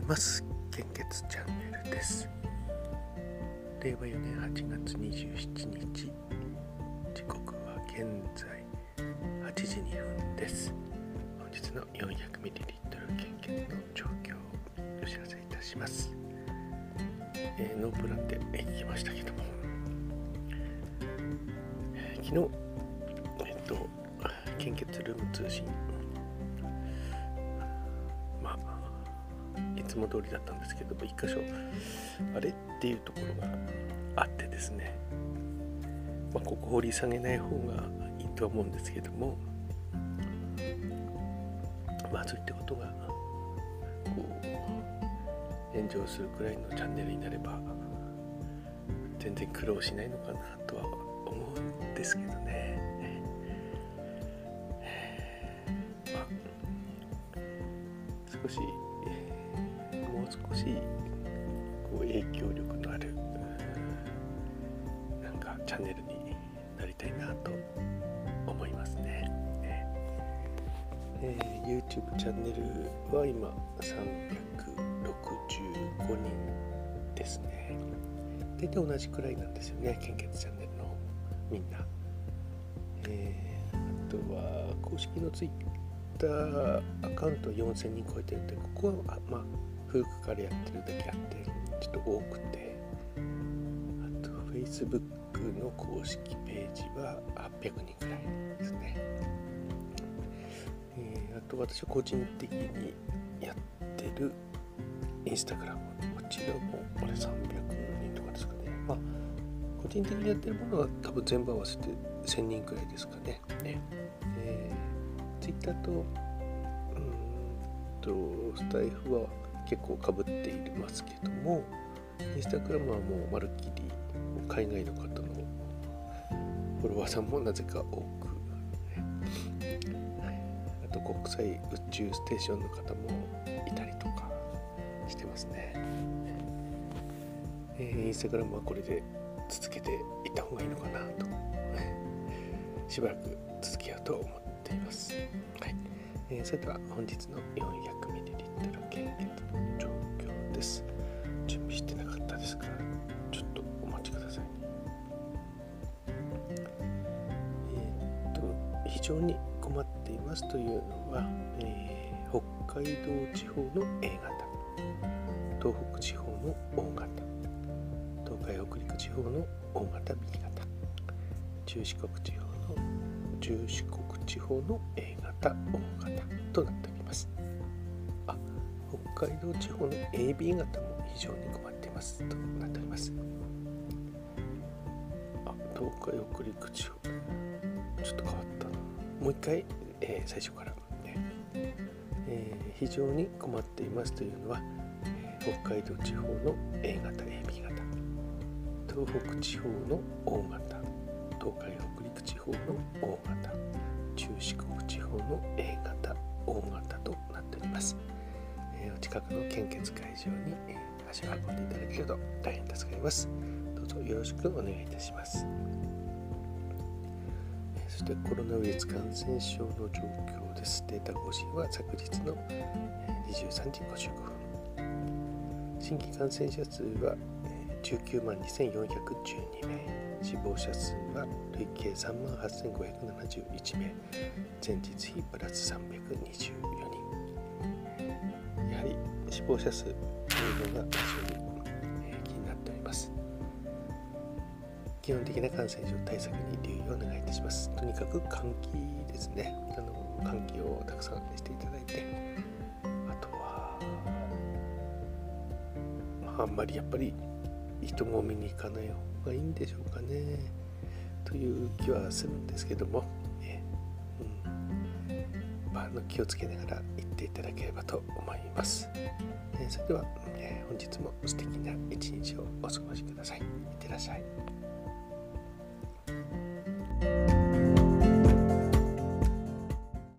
ます。献血チャンネルです。令和4年8月27日、時刻は現在8時2分です。本日の 400ml 献血の状況をお知らせいたします。ノープランで行きましたけども、昨日、献血ルーム通信、いつも通りだったんですけども、一箇所あれっていうところがあってですね、ここ掘り下げない方がいいとは思うんですけども、そういったことが炎上するくらいのチャンネルになれば全然苦労しないのかなとは思うんですけどね。もう少し影響力のあるチャンネルになりたいなと思いますね。YouTube チャンネルは今365人ですね。大体同じくらいなんですよね、献血チャンネルのみんな。あとは公式の Twitter アカウント4000人超えてるんで、ここは古くからやってるだけあってちょっと多くて、あと Facebook の公式ページは800人くらいですね。あと私は個人的にやってる Instagram、 こちらも300人とかですかね。個人的にやってるものは多分全部合わせて1000人くらいですかね。Twitter とスタイフは結構被っていますけども、インスタグラムはもうまるっきり海外の方のフォロワーさんもなぜか多く、あと国際宇宙ステーションの方もいたりとかしてますね。インスタグラムはこれで続けていった方がいいのかなと、しばらく続けようと思っています。それでは本日の 400ml 献血の状況です。準備してなかったですからちょっとお待ちください。非常に困っていますというのは、北海道地方の A 型、東北地方の O 型、東海北陸地方の O 型 B 型、中四国地方の A 型 O 型となっております。北海道地方の AB 型も非常に困っていますとなっております。東海北陸地方ちょっと変わったな。もう一回、最初から、非常に困っていますというのは、北海道地方の A 型 AB 型、東北地方の O 型、東海北陸地方の O 型、中四国地方の A 型 O 型となっております。お近くの献血会場に足を運んでいただけると大変助かります。どうぞよろしくお願いいたします。そしてコロナウイルス感染症の状況です。データ更新は昨日の23時55分。新規感染者数は19万2412名、死亡者数は累計3万8571名、前日比プラス324人。やはり死亡者数というのが非常に気になっております。基本的な感染症対策に留意をお願いいたします。とにかく換気ですね。換気をたくさんしていただいて、あとはあんまりやっぱり人混みに行かない方がいいんでしょうかねという気はするんですけども、気をつけながら行っていただければと思います。それでは、本日も素敵な一日をお過ごしください。いってらっしゃい。